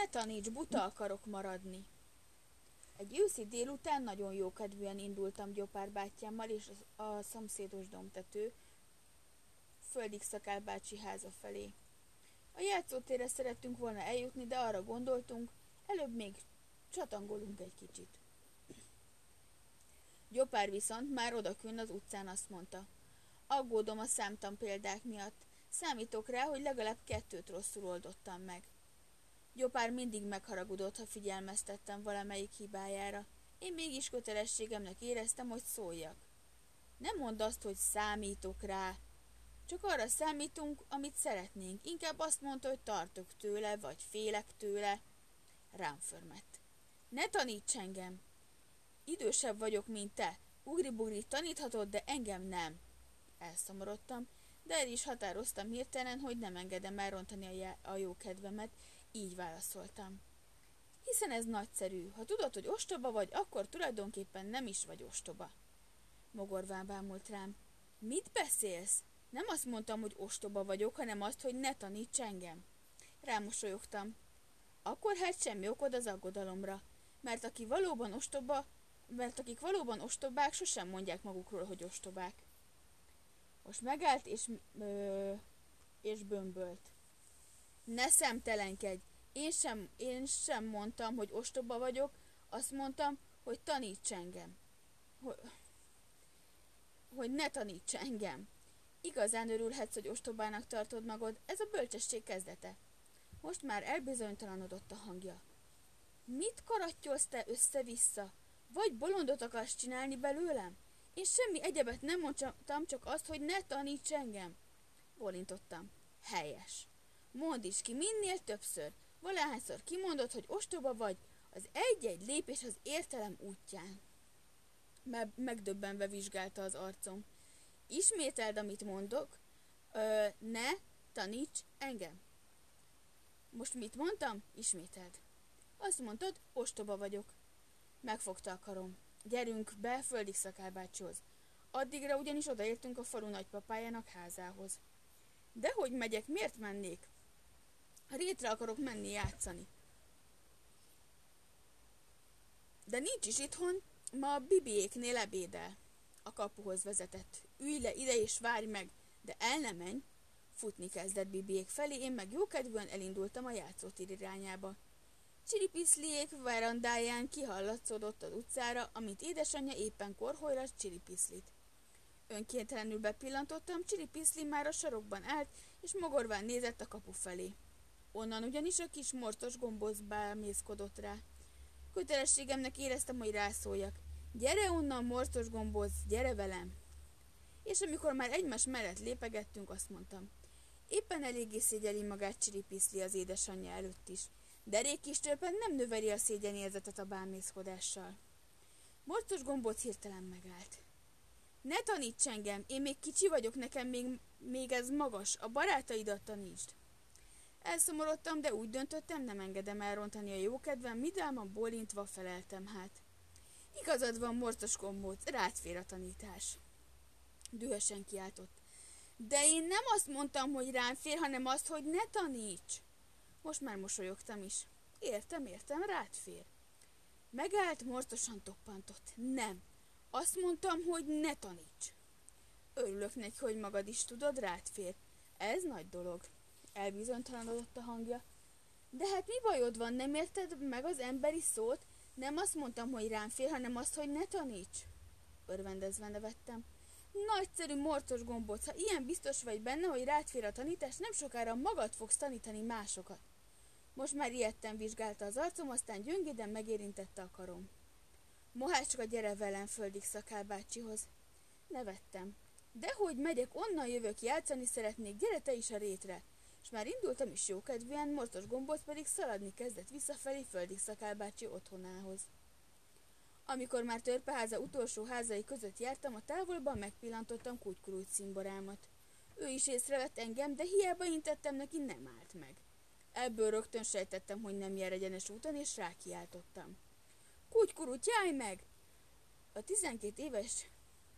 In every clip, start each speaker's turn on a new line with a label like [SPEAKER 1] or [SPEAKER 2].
[SPEAKER 1] Ne taníts, buta akarok maradni. Egy őszi délután nagyon jókedvűen indultam Gyopár bátyámmal és a szomszédos domtető Földig Szakál bácsi háza felé. A játszótérre szerettünk volna eljutni, de arra gondoltunk, előbb még csatangolunk egy kicsit. Gyopár viszont már odakünn az utcán azt mondta: aggódom a számtan példák miatt. Számítok rá, hogy legalább 2 rosszul oldottam meg. Gyopár mindig megharagudott, ha figyelmeztettem valamelyik hibájára. Én mégis kötelességemnek éreztem, hogy szóljak. Nem mondd azt, hogy számítok rá. Csak arra számítunk, amit szeretnénk. Inkább azt mondta, hogy tartok tőle, vagy félek tőle. Rám förmett. Ne taníts engem! Idősebb vagyok, mint te. Ugri-bugri taníthatod, de engem nem. Elszomorodtam, de el is határoztam hirtelen, hogy nem engedem elrontani a jó kedvemet, így válaszoltam. Hiszen ez nagyszerű. Ha tudod, hogy ostoba vagy, akkor tulajdonképpen nem is vagy ostoba. Mogorván bámult rám. Mit beszélsz? Nem azt mondtam, hogy ostoba vagyok, hanem azt, hogy ne taníts engem. Rámosolyogtam. Akkor hát semmi okod az aggodalomra, mert akik valóban ostobák, sosem mondják magukról, hogy ostobák. Most megállt és bömbölt. Ne szemtelenkedj! Én sem mondtam, hogy ostoba vagyok, azt mondtam, hogy taníts engem. Hogy ne taníts engem. Igazán örülhetsz, hogy ostobának tartod magad, ez a bölcsesség kezdete. Most már elbizonytalanodott a hangja. Mit karattyolsz te össze-vissza? Vagy bolondot akarsz csinálni belőlem? Én semmi egyebet nem mondtam, csak azt, hogy ne taníts engem. Bólintottam. Helyes. Mondd is ki minél többször. Valahányszor kimondod, hogy ostoba vagy, az egy-egy lépés az értelem útján. Megdöbbenve vizsgálta az arcom. Ismételd, amit mondok. Ne taníts engem. Most mit mondtam? Ismételd. Azt mondtad, ostoba vagyok. Megfogta a karom. Gyerünk be Földig Szakál bácsihoz. Addigra ugyanis odaértünk a falu nagypapájának házához. Dehogy megyek, miért mennék? A rétre akarok menni játszani. De nincs is itthon, ma a Bibiéknél ebédel. A kapuhoz vezetett. Ülj le ide és várj meg, de el ne menj. Futni kezdett Bibiék felé, én meg jókedvűen elindultam a játszótér irányába. Csiripiszliék verandáján kihallatszódott az utcára, amint édesanyja éppen korholyra csiripiszlit. Önkéntelenül bepillantottam, Csiripiszli már a sarokban állt, és mogorván nézett a kapu felé. Onnan ugyanis a kis morcos gombóc bámészkodott rá. Kötelességemnek éreztem, hogy rászóljak. Gyere onnan, morcos gombóc, gyere velem! És amikor már egymás mellett lépegettünk, azt mondtam. Éppen eléggé szégyeli magát Csiripiszli az édesanyja előtt is. Derék kis törpen nem növeli a szégyenérzetet a bámészkodással. Morcos gombóc hirtelen megállt. Ne taníts engem, én még kicsi vagyok, nekem még ez magas, a barátaidat tanítsd. Elszomorodtam, de úgy döntöttem, nem engedem elrontani a jókedvem, vidáman bólintva feleltem hát. Igazad van, morcos gombóc, rád fér a tanítás. Dühösen kiáltott. De én nem azt mondtam, hogy rám fér, hanem azt, hogy ne taníts. Most már mosolyogtam is. Értem, rád fér. Megállt, morcosan toppantott. Nem. Azt mondtam, hogy ne taníts. Örülök neki, hogy magad is tudod, rád fér. Ez nagy dolog. Elbizonytalanodott a hangja. De hát mi bajod van, nem érted meg az emberi szót? Nem azt mondtam, hogy rám fér, hanem azt, hogy ne taníts. Örvendezve nevettem. Nagyszerű, morcos gombóc, ha ilyen biztos vagy benne, hogy rád fér a tanítás, nem sokára magad fogsz tanítani másokat. Most már ijedten vizsgálta az arcom, aztán gyöngéden megérintette a karom. Mohácska, gyere velem Földig Szakál bácsihoz. Nevettem. Dehogy megyek, onnan jövök, játszani szeretnék, gyere te is a rétre. És már indultam is jókedvűen, morcos gombóc pedig szaladni kezdett visszafelé Földig Szakál bácsi otthonához. Amikor már törpeháza utolsó házai között jártam, a távolban megpillantottam Kutykurút cimborámat. Ő is észrevett engem, de hiába intettem neki, nem állt meg. Ebből rögtön sejtettem, hogy nem jár egyenes úton, és rákiáltottam. Kutykurút, járj meg! A 12 éves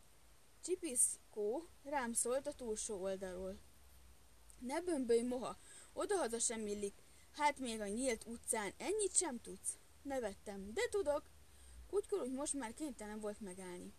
[SPEAKER 1] Csipiszkó rám szólt a túlsó oldalról. Ne bömbölj, moha, odahaza sem illik. Hát még a nyílt utcán ennyit sem tudsz? Nevettem. De tudok. Kutykuruty most már kénytelen volt megállni.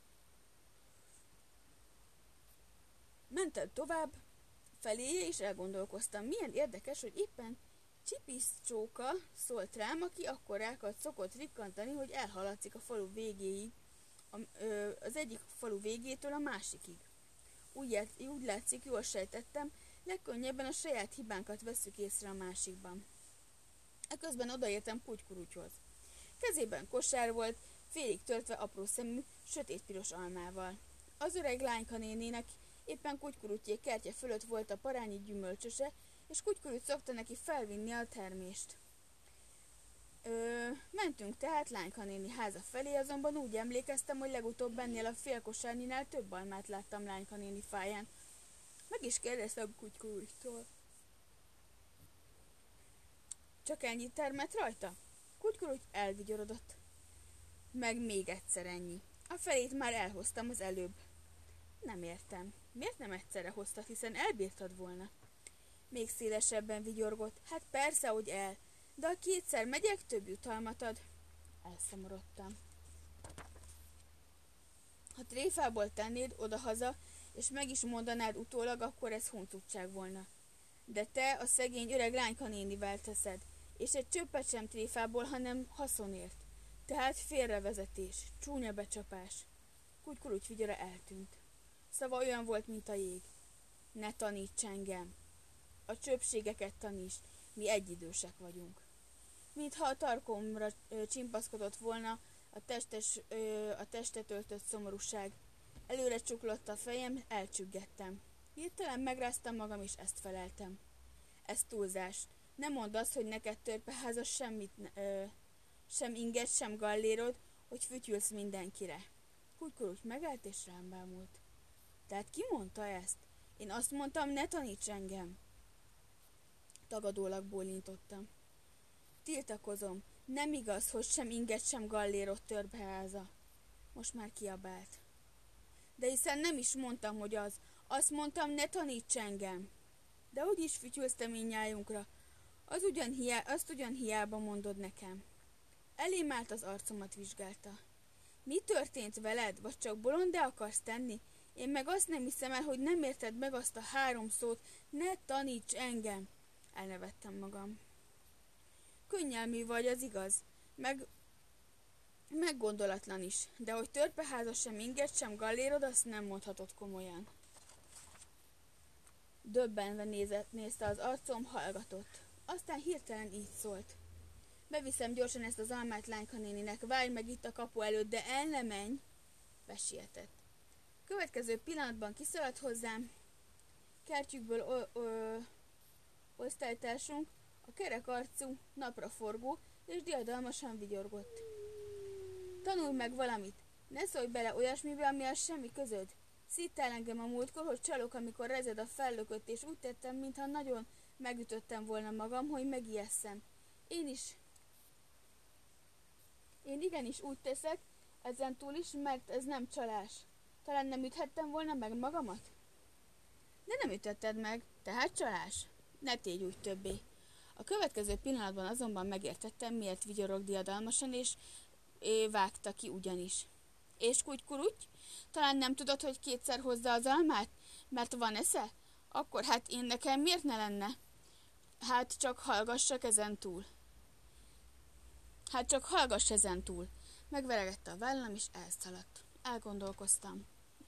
[SPEAKER 1] Mentem tovább, feléje és elgondolkoztam. Milyen érdekes, hogy éppen Csipiszcsóka szólt rám, aki akkorákat szokott rikkantani, hogy elhaladszik a falu végéig, az egyik falu végétől a másikig. Úgy látszik, jól sejtettem, legkönnyebben a saját hibánkat vesszük észre a másikban. Eközben odaértem Kutykurutyhoz. Kezében kosár volt, félig töltve apró szemű, sötétpiros almával. Az öreg lányka nénének éppen Kutykurutyék kertje fölött volt a parányi gyümölcsöse, és Kutykuruty szokta neki felvinni a termést. Mentünk tehát lányka néni háza felé, azonban úgy emlékeztem, hogy legutóbb ennél a félkosárnyinál több almát láttam lányka néni fáján. Meg is kérdeztem Kutykurutytól. Csak ennyit termett rajta? Kutykuruty elvigyorodott. Meg még egyszer ennyi. A felét már elhoztam az előbb. Nem értem. Miért nem egyszerre hoztad, hiszen elbírtad volna? Még szélesebben vigyorgott. Hát persze, hogy el. De ha kétszer megyek, több jutalmat ad. Elszomorodtam. Ha tréfából tennéd odahaza, és meg is mondanád utólag, akkor ez huncutság volna. De te a szegény öreg lányka nénivel teszed, és egy csöppet sem tréfából, hanem haszonért. Tehát félrevezetés, csúnya becsapás. Kutykuruty vigyora eltűnt. Szava olyan volt, mint a jég. Ne taníts engem. A csöpségeket tanítsd, mi egyidősek vagyunk. Mintha a tarkomra csimpaszkodott volna a testet öltött szomorúság. Előre csuklott a fejem, elcsüggettem. Hirtelen megráztam magam, és ezt feleltem. Ez túlzás. Nem mondd azt, hogy neked törpeházas sem inget, sem gallérod, hogy fütyülsz mindenkire. Kutykuruty megállt, és rám bámult. Tehát ki mondta ezt? Én azt mondtam, ne taníts engem. Tagadólag bólintottam. Tiltakozom, nem igaz, hogy sem inget, sem gallérod törpeháza. Most már kiabált. De hiszen nem is mondtam, hogy az. Azt mondtam, ne taníts engem. De hogy is fütyülsz te mindnyájunkra? Azt ugyan hiába mondod nekem. Elém állt, az arcomat vizsgálta. Mi történt veled? Vagy csak bolondá akarsz tenni? Én meg azt nem hiszem el, hogy nem érted meg azt a 3 szót. Ne taníts engem! Elnevettem magam. Könnyelmű vagy, az igaz. Meg gondolatlan is. De hogy törpeházas sem inget, sem gallérod, azt nem mondhatod komolyan. Döbbenve nézte az arcom, hallgatott. Aztán hirtelen így szólt. Beviszem gyorsan ezt az almát lányka néninek, várj meg itt a kapu előtt, de el ne menj! Besietett. Következő pillanatban kiszaladt hozzám, kertjükből osztálytársunk, a kerek arcú, napraforgó, és diadalmasan vigyorgott. Tanulj meg valamit! Ne szólj bele olyasmibe, amihez semmi közöd! Szíttál engem a múltkor, hogy csalok, amikor rezed a fellökött, és úgy tettem, mintha nagyon megütöttem volna magam, hogy megijesszem. Én igenis úgy teszek, ezentúl is, mert ez nem csalás. Talán nem üthettem volna meg magamat? De nem ütötted meg, tehát csalás. Ne tégy úgy többé. A következő pillanatban azonban megértettem, miért vigyorog diadalmasan, és vágta ki ugyanis. És Kutykuruty? Talán nem tudod, hogy 2-szer hozza az almát? Mert van esze? Akkor hát én nekem miért ne lenne? Hát csak hallgass ezen túl. Megveregette a vállam, és elszaladt. Elgondolkoztam.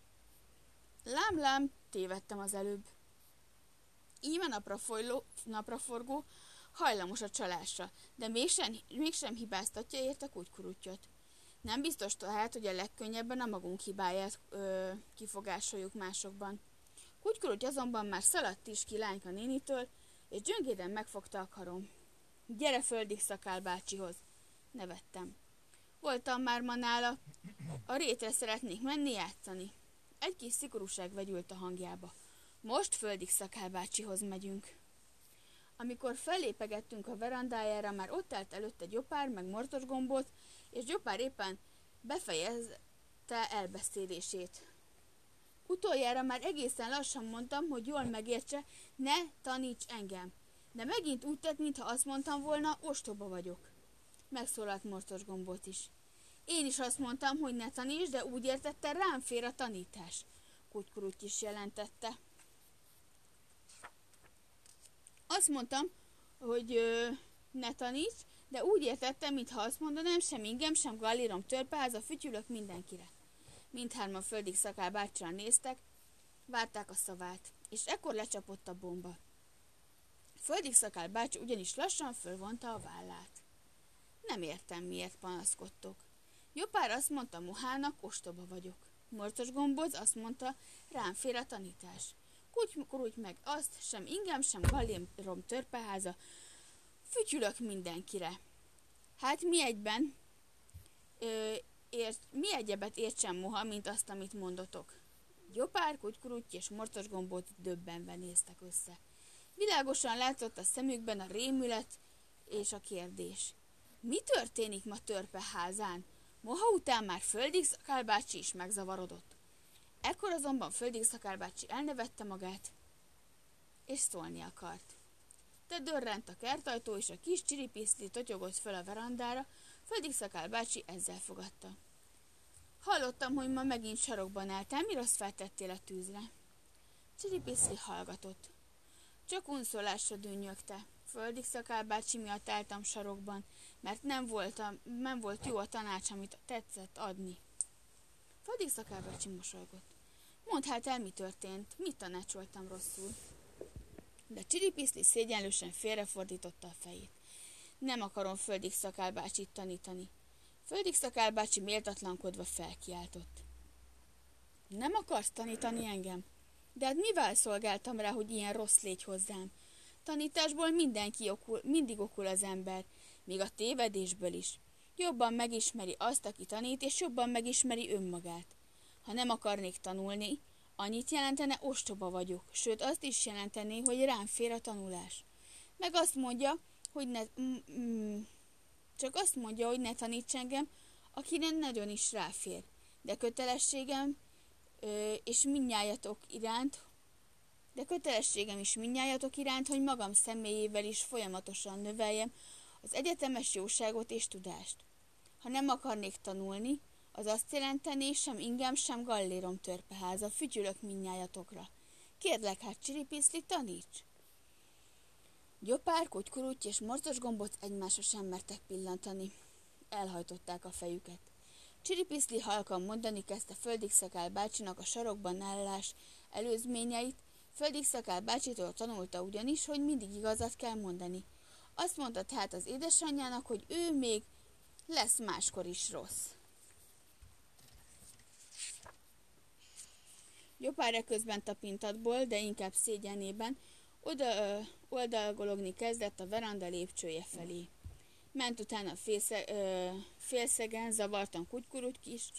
[SPEAKER 1] Lám, tévedtem az előbb. Íme napraforgó, hajlamos a csalásra, de mégsem hibáztatja érte Kutykurutyot. Nem biztos tehát, hogy a legkönnyebben a magunk hibáját kifogásoljuk másokban. Kutykuruty azonban már szaladt is ki lányka nénitől, és gyöngéden megfogta a karom. Gyere Földig Szakál bácsihoz! Nevettem. Voltam már ma nála, a rétre szeretnék menni játszani. Egy kis szigorúság vegyült a hangjába. Most Földig Szakál bácsihoz megyünk. Amikor fellépegettünk a verandájára, már ott állt előtte Gyopár, meg Mortosgombóc, és Gyopár éppen befejezte elbeszélését. Utoljára már egészen lassan mondtam, hogy jól megértse, ne taníts engem. De megint úgy tett, mintha azt mondtam volna, ostoba vagyok. Megszólalt Morcos Gombóc is. Én is azt mondtam, hogy ne tanítsd, de úgy értette, rám fér a tanítás. Kutykurutty is jelentette. Azt mondtam, hogy ne taníts, de úgy értettem, mintha azt mondanám, sem ingem, sem gallérom törpeháza, fütyülök mindenkire. Mindhárman Földig Szakál bácsira néztek, várták a szavát, és ekkor lecsapott a bomba. Földig Szakál bácsi ugyanis lassan fölvonta a vállát. Nem értem, miért panaszkodtok. Jobbár azt mondta Mohának, ostoba vagyok. Morcos Gombóc azt mondta, rám fér a tanítás. Kutykurutty meg azt, sem ingem, sem gallérom törpeháza, fütyülök mindenkire. Hát mi egyebet értsen Moha, mint azt, amit mondotok. Jobbár, Kutykurutty és Morcos Gombóc döbbenve néztek össze. Világosan látszott a szemükben a rémület és a kérdés. Mi történik ma törpeházán? Moha után már Földig Szakál bácsi is megzavarodott. Ekkor azonban Földig Szakál bácsi elnevette magát, és szólni akart. De dörrent a kertajtó, és a kis Csiripiszli totyogott föl a verandára, Földig Szakál bácsi ezzel fogadta. Hallottam, hogy ma megint sarokban álltál, mi rossz feltettél a tűzre? Csiripiszli hallgatott. Csak unszolásra dünnyögte. Földig Szakál bácsi miatt álltam sarokban, mert nem volt jó a tanács, amit tetszett adni. Földig Szakál bácsi mosolygott. Mondd hát el, mi történt, mit tanácsoltam rosszul? De Csiripiszli szégyenlősen félrefordította a fejét. Nem akarom Földig Szakál bácsit tanítani. Földig Szakál bácsi méltatlankodva felkiáltott. Nem akarsz tanítani engem? De hát mivel szolgáltam rá, hogy ilyen rossz légy hozzám? Tanításból mindig okul az ember, még a tévedésből is. Jobban megismeri azt, aki tanít, és jobban megismeri önmagát. Ha nem akarnék tanulni, annyit jelentene, ostoba vagyok, sőt azt is jelenteni, hogy rám fér a tanulás. Meg azt mondja, hogy csak azt mondja, hogy ne taníts engem, akire nagyon is ráfér. De kötelességem is mindnyájatok iránt, hogy magam személyével is folyamatosan növeljem az egyetemes jóságot és tudást. Ha nem akarnék tanulni, az azt jelenteni, sem ingem, sem gallérom törpeháza, fütyülök mindnyájatokra. Kérlek hát, Csiripiszli, taníts! Jobbár, Kutykurutty és Morcos Gombóc egymásra sem mertek pillantani. Elhajtották a fejüket. Csiripiszli halkan mondani kezdte Földig Szakál bácsinak a sarokban állás előzményeit. Földig Szakál bácsitól tanulta ugyanis, hogy mindig igazat kell mondani. Azt mondta tehát az édesanyjának, hogy ő még lesz máskor is rossz. Jobbár eközben tapintatból, de inkább szégyenében oldalgologni kezdett a veranda lépcsője felé. Ment utána félszegen, zavartan Kutykurutty is,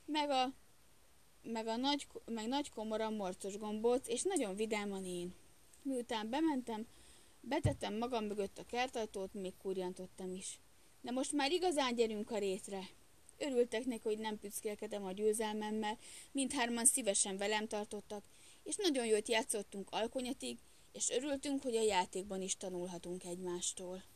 [SPEAKER 1] meg nagy komora Morcos Gombóc, és nagyon vidáman én. Miután bementem, betettem magam mögött a kertajtót, még kurjantottam is. De most már igazán gyerünk a rétre. Örültek neki, hogy nem pückélkedem a győzelmemmel, mindhárman szívesen velem tartottak, és nagyon jót játszottunk alkonyatig, és örültünk, hogy a játékban is tanulhatunk egymástól.